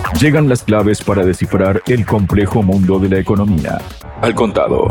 Llegan las claves para descifrar el complejo mundo de la economía. Al contado.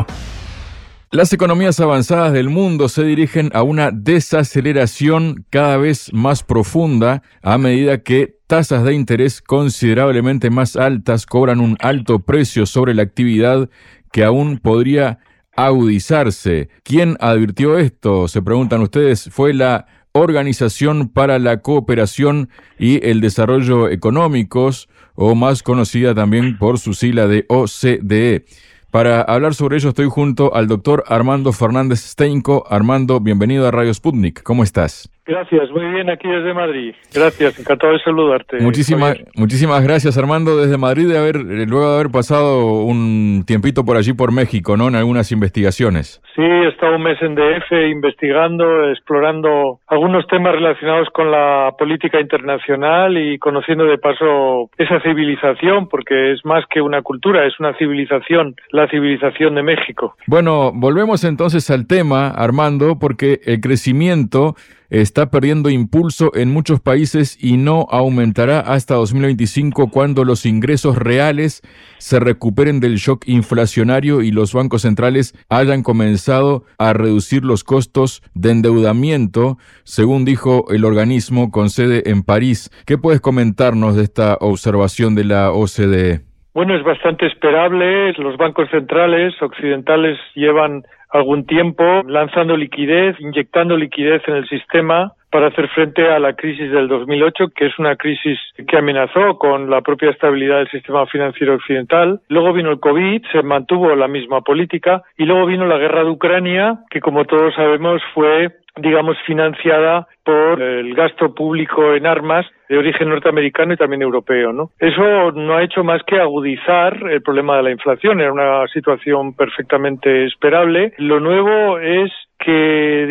Las economías avanzadas del mundo se dirigen a una desaceleración cada vez más profunda a medida que tasas de interés considerablemente más altas cobran un alto precio sobre la actividad que aún podría agudizarse. ¿Quién advirtió esto? Se preguntan ustedes. Fue la Organización para la Cooperación y el Desarrollo Económicos, o más conocida también por su sigla de OCDE. Para hablar sobre ello estoy junto al doctor Armando Fernández Steinco. Armando, bienvenido a Radio Sputnik. ¿Cómo estás? Gracias, muy bien, aquí desde Madrid. Gracias, encantado de saludarte. Muchísimas gracias, Armando, desde Madrid, luego de haber pasado un tiempito por allí por México, ¿no? En algunas investigaciones. Sí, he estado un mes en DF investigando, explorando algunos temas relacionados con la política internacional y conociendo de paso esa civilización, porque es más que una cultura, es una civilización, la civilización de México. Bueno, volvemos entonces al tema, Armando, porque el crecimiento está perdiendo impulso en muchos países y no aumentará hasta 2025 cuando los ingresos reales se recuperen del shock inflacionario y los bancos centrales hayan comenzado a reducir los costos de endeudamiento, según dijo el organismo con sede en París. ¿Qué puedes comentarnos de esta observación de la OCDE? Bueno, es bastante esperable. Los bancos centrales occidentales llevan algún tiempo lanzando liquidez, inyectando liquidez en el sistema para hacer frente a la crisis del 2008, que es una crisis que amenazó con la propia estabilidad del sistema financiero occidental. Luego vino el COVID, se mantuvo la misma política, y luego vino la guerra de Ucrania, que como todos sabemos fue, financiada por el gasto público en armas de origen norteamericano y también europeo, ¿no? Eso no ha hecho más que agudizar el problema de la inflación. Era una situación perfectamente esperable. Lo nuevo es que,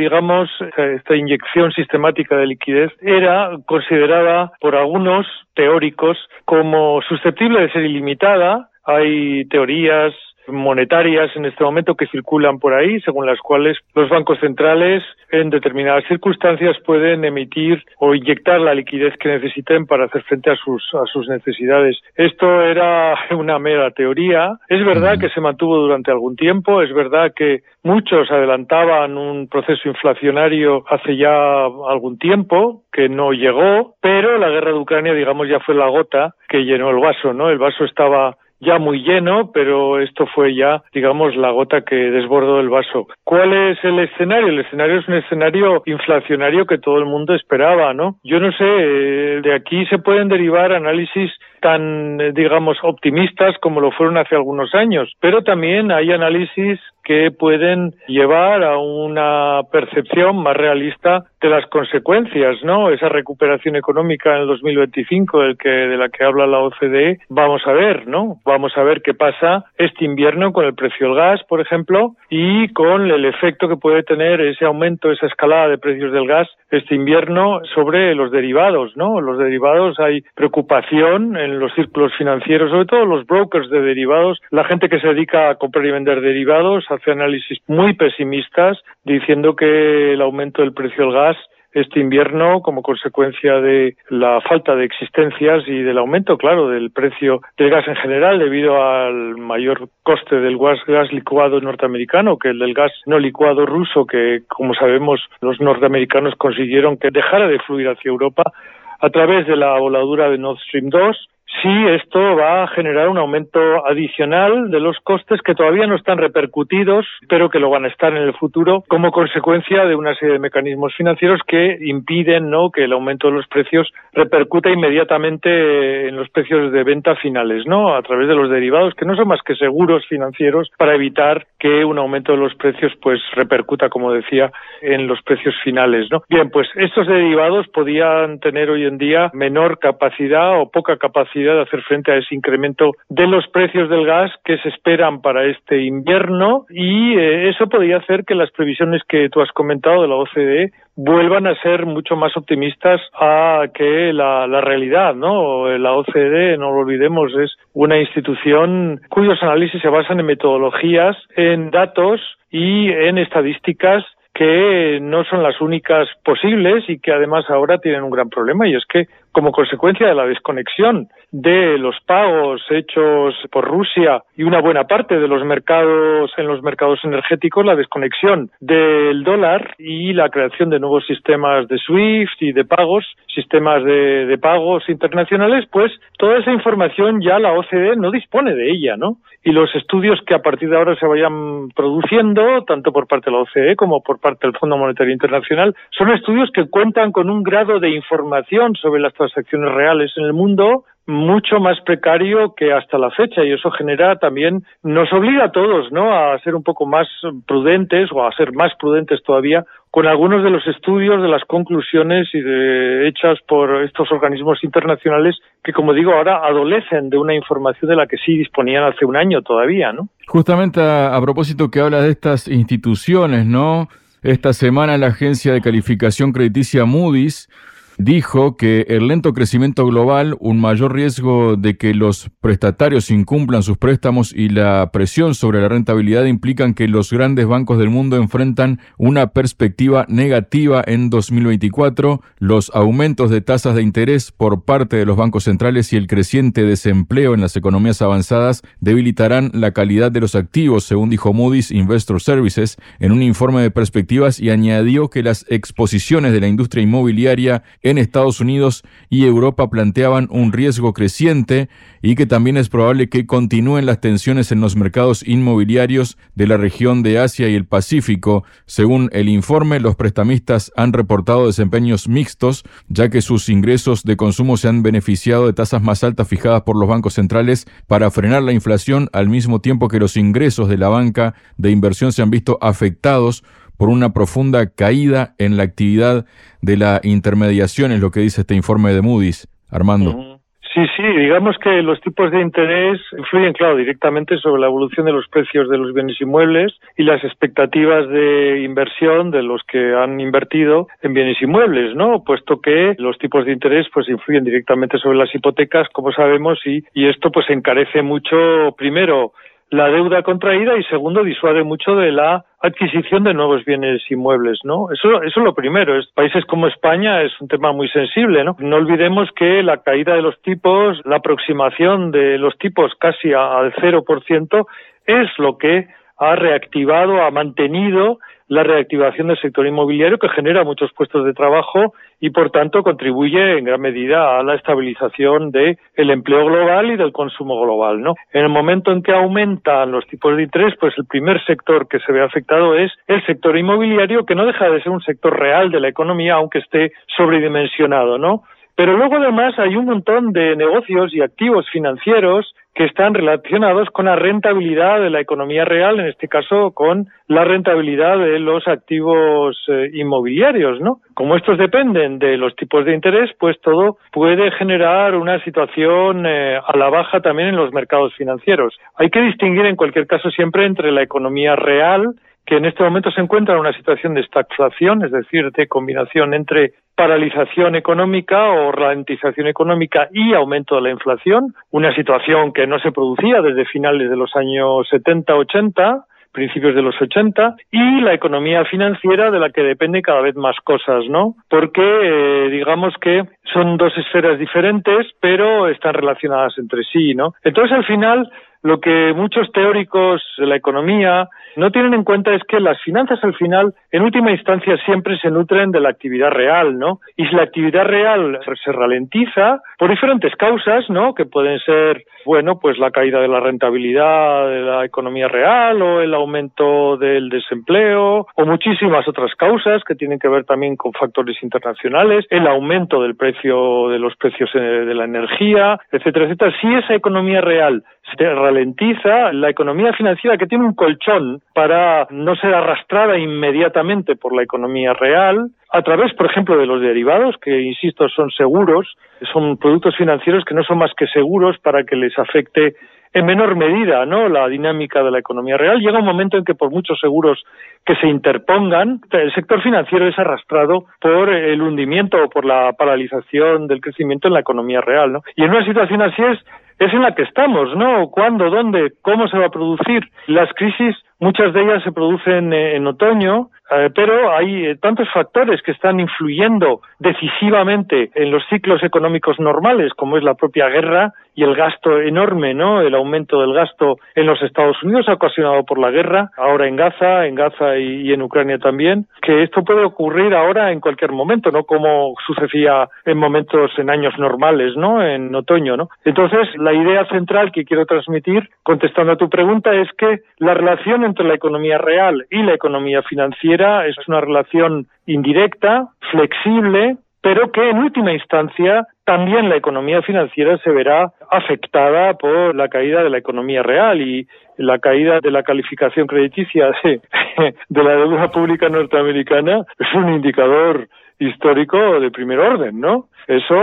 esta inyección sistemática de liquidez era considerada por algunos teóricos como susceptible de ser ilimitada. Hay teorías monetarias en este momento que circulan por ahí, según las cuales los bancos centrales en determinadas circunstancias pueden emitir o inyectar la liquidez que necesiten para hacer frente a sus necesidades. Esto era una mera teoría. Es verdad que se mantuvo durante algún tiempo, es verdad que muchos adelantaban un proceso inflacionario hace ya algún tiempo que no llegó, pero la guerra de Ucrania, ya fue la gota que llenó el vaso, ¿no? El vaso estaba ya muy lleno, pero esto fue ya, la gota que desbordó el vaso. ¿Cuál es el escenario? El escenario es un escenario inflacionario que todo el mundo esperaba, ¿no? Yo no sé, de aquí se pueden derivar análisis tan, optimistas como lo fueron hace algunos años, pero también hay análisis que pueden llevar a una percepción más realista de las consecuencias, ¿no? Esa recuperación económica en el 2025 de la que habla la OCDE, vamos a ver, ¿no? Vamos a ver qué pasa este invierno con el precio del gas, por ejemplo, y con el efecto que puede tener ese aumento, esa escalada de precios del gas este invierno sobre los derivados, ¿no? Los derivados, hay preocupación en los círculos financieros, sobre todo los brokers de derivados, la gente que se dedica a comprar y vender derivados, hace análisis muy pesimistas diciendo que el aumento del precio del gas este invierno, como consecuencia de la falta de existencias y del aumento, claro, del precio del gas en general, debido al mayor coste del gas licuado norteamericano que el del gas no licuado ruso, que, como sabemos, los norteamericanos consiguieron que dejara de fluir hacia Europa a través de la voladura de Nord Stream 2. Sí, esto va a generar un aumento adicional de los costes que todavía no están repercutidos, pero que lo van a estar en el futuro como consecuencia de una serie de mecanismos financieros que impiden, ¿no?, que el aumento de los precios repercuta inmediatamente en los precios de venta finales, ¿no?, a través de los derivados, que no son más que seguros financieros para evitar que un aumento de los precios pues repercuta, como decía, en los precios finales, ¿no? Bien, pues estos derivados podían tener hoy en día menor capacidad o poca capacidad de hacer frente a ese incremento de los precios del gas que se esperan para este invierno, y eso podría hacer que las previsiones que tú has comentado de la OCDE vuelvan a ser mucho más optimistas a que la realidad, ¿no? La OCDE, no lo olvidemos, es una institución cuyos análisis se basan en metodologías, en datos y en estadísticas que no son las únicas posibles y que además ahora tienen un gran problema, y es que como consecuencia de la desconexión de los pagos hechos por Rusia y una buena parte de los mercados energéticos, la desconexión del dólar y la creación de nuevos sistemas de SWIFT y de pagos, sistemas de pagos internacionales, pues toda esa información ya la OCDE no dispone de ella, ¿no? Y los estudios que a partir de ahora se vayan produciendo, tanto por parte de la OCDE como por parte del Fondo Monetario Internacional, son estudios que cuentan con un grado de información sobre las transacciones reales en el mundo mucho más precario que hasta la fecha, y eso genera también, nos obliga a todos, ¿no?, a ser un poco más prudentes o a ser más prudentes todavía con algunos de los estudios, de las conclusiones hechas por estos organismos internacionales que, como digo, ahora adolecen de una información de la que sí disponían hace un año todavía, ¿no? Justamente a propósito que habla de estas instituciones, ¿no? Esta semana la agencia de calificación crediticia Moody's dijo que el lento crecimiento global, un mayor riesgo de que los prestatarios incumplan sus préstamos y la presión sobre la rentabilidad implican que los grandes bancos del mundo enfrentan una perspectiva negativa en 2024. Los aumentos de tasas de interés por parte de los bancos centrales y el creciente desempleo en las economías avanzadas debilitarán la calidad de los activos, según dijo Moody's Investor Services en un informe de perspectivas, y añadió que las exposiciones de la industria inmobiliaria en Estados Unidos y Europa planteaban un riesgo creciente y que también es probable que continúen las tensiones en los mercados inmobiliarios de la región de Asia y el Pacífico. Según el informe, los prestamistas han reportado desempeños mixtos, ya que sus ingresos de consumo se han beneficiado de tasas más altas fijadas por los bancos centrales para frenar la inflación, al mismo tiempo que los ingresos de la banca de inversión se han visto afectados por una profunda caída en la actividad de la intermediación, es lo que dice este informe de Moody's. Armando. Sí, digamos que los tipos de interés influyen, claro, directamente sobre la evolución de los precios de los bienes inmuebles y las expectativas de inversión de los que han invertido en bienes inmuebles, ¿no? Puesto que los tipos de interés pues influyen directamente sobre las hipotecas, como sabemos, y esto pues encarece mucho, primero, la deuda contraída y segundo, disuade mucho de la adquisición de nuevos bienes inmuebles, ¿no? Eso es lo primero. Países como España es un tema muy sensible, ¿no? No olvidemos que la caída de los tipos, la aproximación de los tipos casi al 0%, es lo que ha reactivado, ha mantenido la reactivación del sector inmobiliario, que genera muchos puestos de trabajo y, por tanto, contribuye en gran medida a la estabilización del empleo global y del consumo global, ¿no? En el momento en que aumentan los tipos de interés, pues el primer sector que se ve afectado es el sector inmobiliario, que no deja de ser un sector real de la economía, aunque esté sobredimensionado, ¿no? Pero luego, además, hay un montón de negocios y activos financieros que están relacionados con la rentabilidad de la economía real, en este caso con la rentabilidad de los activos inmobiliarios, ¿no? Como estos dependen de los tipos de interés, pues todo puede generar una situación a la baja también en los mercados financieros. Hay que distinguir en cualquier caso siempre entre la economía real, que en este momento se encuentra en una situación de estagflación, es decir, de combinación entre paralización económica o ralentización económica y aumento de la inflación, una situación que no se producía desde finales de los años 70-80, principios de los 80, y la economía financiera, de la que dependen cada vez más cosas, ¿no? Porque digamos que son dos esferas diferentes, pero están relacionadas entre sí, ¿no? Entonces, al final, lo que muchos teóricos de la economía no tienen en cuenta es que las finanzas, al final, en última instancia, siempre se nutren de la actividad real, ¿no? Y si la actividad real se ralentiza por diferentes causas, ¿no? Que pueden ser, bueno, pues la caída de la rentabilidad de la economía real o el aumento del desempleo o muchísimas otras causas que tienen que ver también con factores internacionales, el aumento del precio de los precios de la energía, etcétera, etcétera. Si esa economía real se ralentiza, la economía financiera, que tiene un colchón para no ser arrastrada inmediatamente por la economía real, a través, por ejemplo, de los derivados, que, insisto, son seguros, son productos financieros que no son más que seguros para que les afecte en menor medida, ¿no?, la dinámica de la economía real. Llega un momento en que, por muchos seguros que se interpongan, el sector financiero es arrastrado por el hundimiento o por la paralización del crecimiento en la economía real, ¿no? Y en una situación así es en la que estamos, ¿no? ¿Cuándo? ¿Dónde? ¿Cómo se va a producir? Las crisis Muchas de ellas se producen en otoño, pero hay tantos factores que están influyendo decisivamente en los ciclos económicos normales, como es la propia guerra y el gasto enorme, ¿no? El aumento del gasto en los Estados Unidos ocasionado por la guerra, ahora en Gaza y en Ucrania también, que esto puede ocurrir ahora en cualquier momento, no como sucedía en años normales, ¿no? En otoño, ¿no? Entonces, la idea central que quiero transmitir, contestando a tu pregunta, es que la relación entre la economía real y la economía financiera es una relación indirecta, flexible, pero que en última instancia también la economía financiera se verá afectada por la caída de la economía real y la caída de la calificación crediticia de la deuda pública norteamericana es un indicador histórico de primer orden, ¿no? Eso,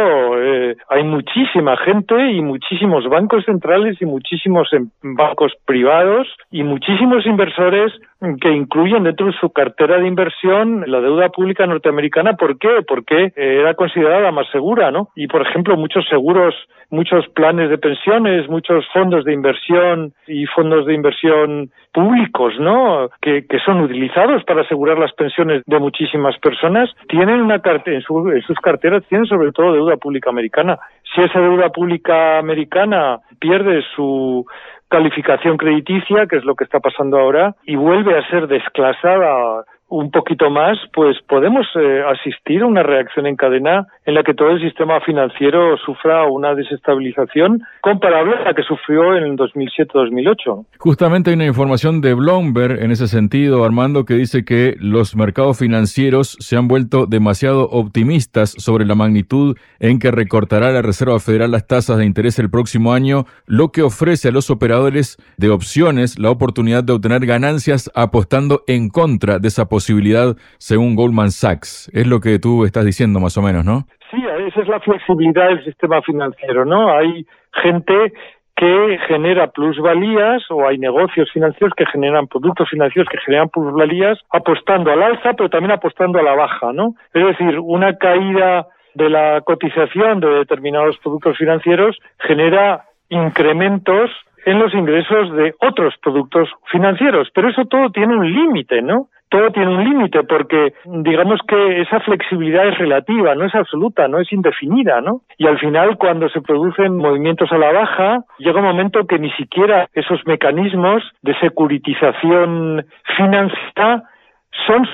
hay muchísima gente y muchísimos bancos centrales y muchísimos bancos privados y muchísimos inversores que incluyen dentro de su cartera de inversión la deuda pública norteamericana. ¿Por qué? Porque era considerada más segura, ¿no? Y, por ejemplo, muchos seguros, muchos planes de pensiones, muchos fondos de inversión y fondos de inversión públicos, ¿no? Que son utilizados para asegurar las pensiones de muchísimas personas, tienen una en sus carteras tienen sobre todo deuda pública americana. Si esa deuda pública americana pierde su calificación crediticia, que es lo que está pasando ahora, y vuelve a ser desclasada un poquito más, pues podemos asistir a una reacción en cadena en la que todo el sistema financiero sufra una desestabilización comparable a la que sufrió en el 2007-2008. Justamente hay una información de Bloomberg en ese sentido, Armando, que dice que los mercados financieros se han vuelto demasiado optimistas sobre la magnitud en que recortará la Reserva Federal las tasas de interés el próximo año, lo que ofrece a los operadores de opciones la oportunidad de obtener ganancias apostando en contra de esa posibilidad, según Goldman Sachs. Es lo que tú estás diciendo más o menos, ¿no? Sí, esa es la flexibilidad del sistema financiero, ¿no? Hay gente que genera plusvalías o hay negocios financieros que generan productos financieros que generan plusvalías apostando al alza, pero también apostando a la baja, ¿no? Es decir, una caída de la cotización de determinados productos financieros genera incrementos en los ingresos de otros productos financieros, pero eso todo tiene un límite, ¿no? Todo tiene un límite porque digamos que esa flexibilidad es relativa, no es absoluta, no es indefinida, ¿no? Y al final cuando se producen movimientos a la baja, llega un momento que ni siquiera esos mecanismos de securitización financiera son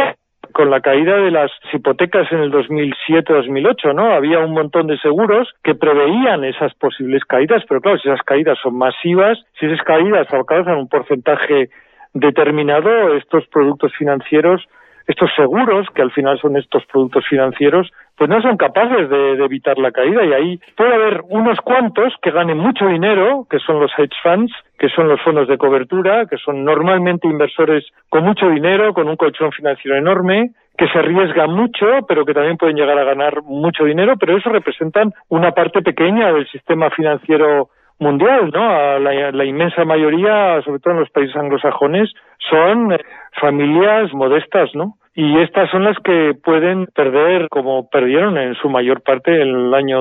con la caída de las hipotecas en el 2007-2008, ¿no? Había un montón de seguros que preveían esas posibles caídas, pero claro, si esas caídas son masivas, si esas caídas alcanzan un porcentaje determinado, estos productos financieros, estos seguros, que al final son estos productos financieros, pues no son capaces de evitar la caída y ahí puede haber unos cuantos que ganen mucho dinero, que son los hedge funds, que son los fondos de cobertura, que son normalmente inversores con mucho dinero, con un colchón financiero enorme, que se arriesgan mucho, pero que también pueden llegar a ganar mucho dinero, pero eso representan una parte pequeña del sistema financiero mundial, ¿no? La inmensa mayoría, sobre todo en los países anglosajones, son familias modestas, ¿no? Y estas son las que pueden perder, como perdieron en su mayor parte en el año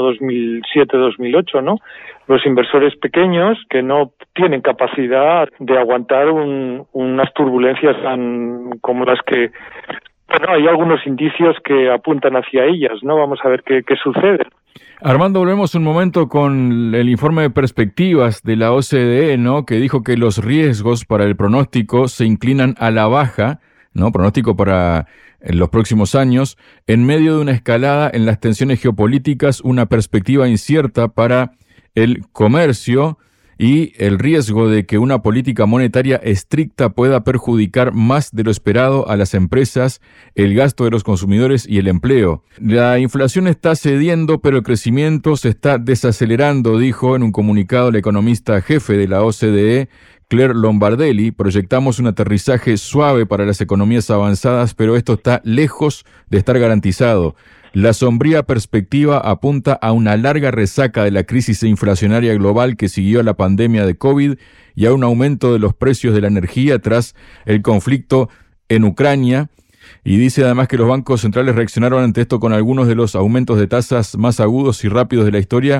2007-2008, ¿no? Los inversores pequeños que no tienen capacidad de aguantar unas turbulencias tan como las que... Bueno, hay algunos indicios que apuntan hacia ellas, ¿no? Vamos a ver qué sucede. Armando, volvemos un momento con el informe de perspectivas de la OCDE, ¿no? Que dijo que los riesgos para el pronóstico se inclinan a la baja, ¿no? Pronóstico para los próximos años, en medio de una escalada en las tensiones geopolíticas, una perspectiva incierta para el comercio y el riesgo de que una política monetaria estricta pueda perjudicar más de lo esperado a las empresas, el gasto de los consumidores y el empleo. La inflación está cediendo, pero el crecimiento se está desacelerando, dijo en un comunicado el economista jefe de la OCDE, Claire Lombardelli. Proyectamos un aterrizaje suave para las economías avanzadas, pero esto está lejos de estar garantizado. La sombría perspectiva apunta a una larga resaca de la crisis inflacionaria global que siguió a la pandemia de COVID y a un aumento de los precios de la energía tras el conflicto en Ucrania. Y dice además que los bancos centrales reaccionaron ante esto con algunos de los aumentos de tasas más agudos y rápidos de la historia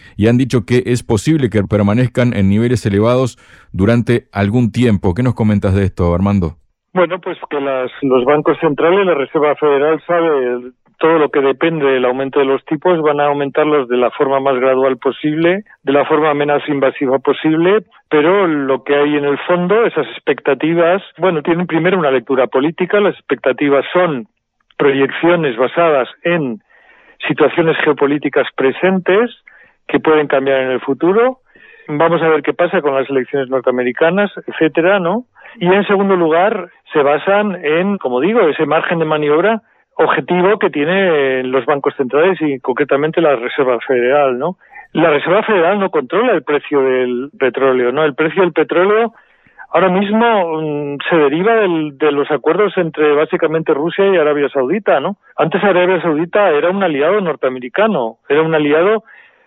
y han dicho que es posible que permanezcan en niveles elevados durante algún tiempo. ¿Qué nos comentas de esto, Armando? Bueno, pues que los bancos centrales, la Reserva Federal sabe todo lo que depende del aumento de los tipos, van a aumentarlos de la forma más gradual posible, de la forma menos invasiva posible, pero lo que hay en el fondo, esas expectativas, bueno, tienen primero una lectura política, las expectativas son proyecciones basadas en situaciones geopolíticas presentes que pueden cambiar en el futuro. Vamos a ver qué pasa con las elecciones norteamericanas, etcétera, ¿no? Y en segundo lugar, se basan en, como digo, ese margen de maniobra objetivo que tienen los bancos centrales y concretamente la Reserva Federal, ¿no? La Reserva Federal no controla el precio del petróleo, ¿no? El precio del petróleo ahora mismo se deriva de los acuerdos entre básicamente Rusia y Arabia Saudita, ¿no? Antes Arabia Saudita era un aliado norteamericano, era un aliado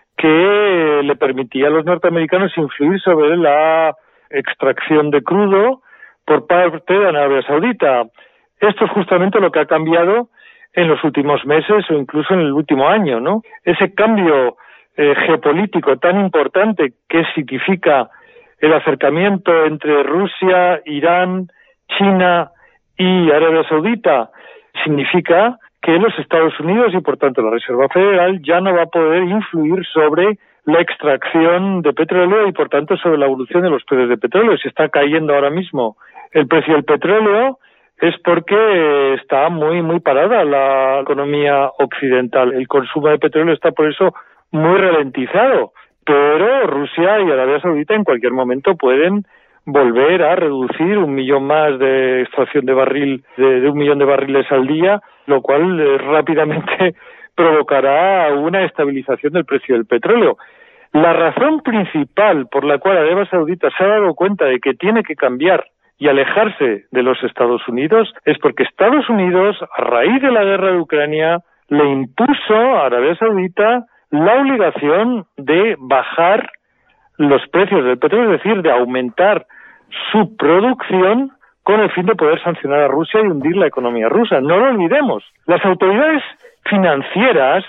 que le permitía a los norteamericanos influir sobre la extracción de crudo por parte de Arabia Saudita. Esto es justamente lo que ha cambiado en los últimos meses o incluso en el último año, ¿no? Ese cambio geopolítico tan importante que significa el acercamiento entre Rusia, Irán, China y Arabia Saudita significa que los Estados Unidos y por tanto la Reserva Federal ya no va a poder influir sobre la extracción de petróleo y por tanto sobre la evolución de los precios de petróleo. Si está cayendo ahora mismo el precio del petróleo es porque está muy parada la economía occidental. El consumo de petróleo está por eso muy ralentizado, pero Rusia y Arabia Saudita en cualquier momento pueden volver a reducir 1 millón más de extracción de barril, de 1 millón de barriles al día, lo cual rápidamente provocará una estabilización del precio del petróleo. La razón principal por la cual Arabia Saudita se ha dado cuenta de que tiene que cambiar y alejarse de los Estados Unidos es porque Estados Unidos, a raíz de la guerra de Ucrania, le impuso a Arabia Saudita la obligación de bajar los precios del petróleo, es decir, de aumentar su producción con el fin de poder sancionar a Rusia y hundir la economía rusa. No lo olvidemos. Las autoridades financieras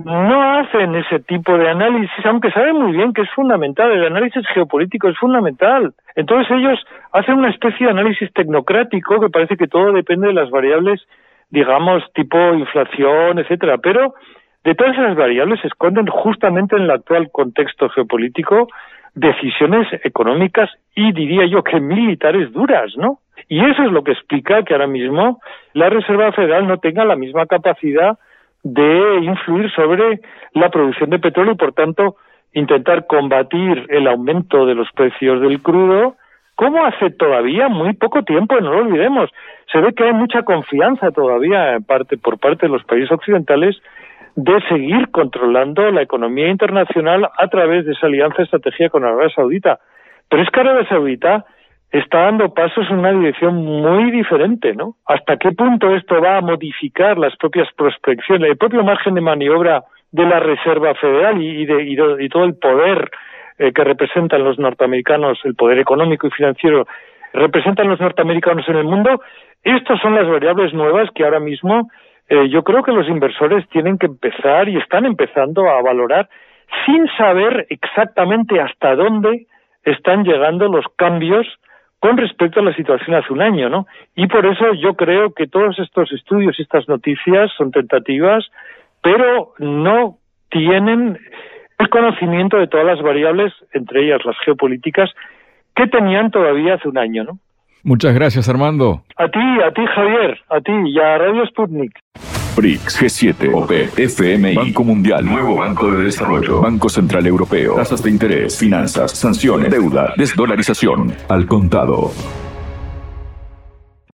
no hacen ese tipo de análisis, aunque saben muy bien que es fundamental. El análisis geopolítico es fundamental. Entonces ellos hacen una especie de análisis tecnocrático que parece que todo depende de las variables, digamos, tipo inflación, etcétera. Pero de todas esas variables se esconden justamente en el actual contexto geopolítico decisiones económicas y diría yo que militares duras, ¿no? Y eso es lo que explica que ahora mismo la Reserva Federal no tenga la misma capacidad de influir sobre la producción de petróleo y por tanto intentar combatir el aumento de los precios del crudo, como hace todavía muy poco tiempo, no lo olvidemos. Se ve que hay mucha confianza todavía por parte de los países occidentales de seguir controlando la economía internacional a través de esa alianza estratégica con Arabia Saudita. Pero es que Arabia Saudita está dando pasos en una dirección muy diferente, ¿no? ¿Hasta qué punto esto va a modificar las propias prospecciones, el propio margen de maniobra de la Reserva Federal y todo el poder que representan los norteamericanos, el poder económico y financiero, representan los norteamericanos en el mundo? Estas son las variables nuevas que ahora mismo yo creo que los inversores tienen que empezar y están empezando a valorar sin saber exactamente hasta dónde están llegando los cambios con respecto a la situación hace un año, ¿no? Y por eso yo creo que todos estos estudios y estas noticias son tentativas, pero no tienen el conocimiento de todas las variables, entre ellas las geopolíticas, que tenían todavía hace un año, ¿no? Muchas gracias, Armando. A ti, Javier, a ti y a Radio Sputnik. BRICS, G7, OPEC, FMI, Banco Mundial, Nuevo Banco de Desarrollo, Banco Central Europeo, tasas de interés, finanzas, sanciones, deuda, desdolarización, al contado.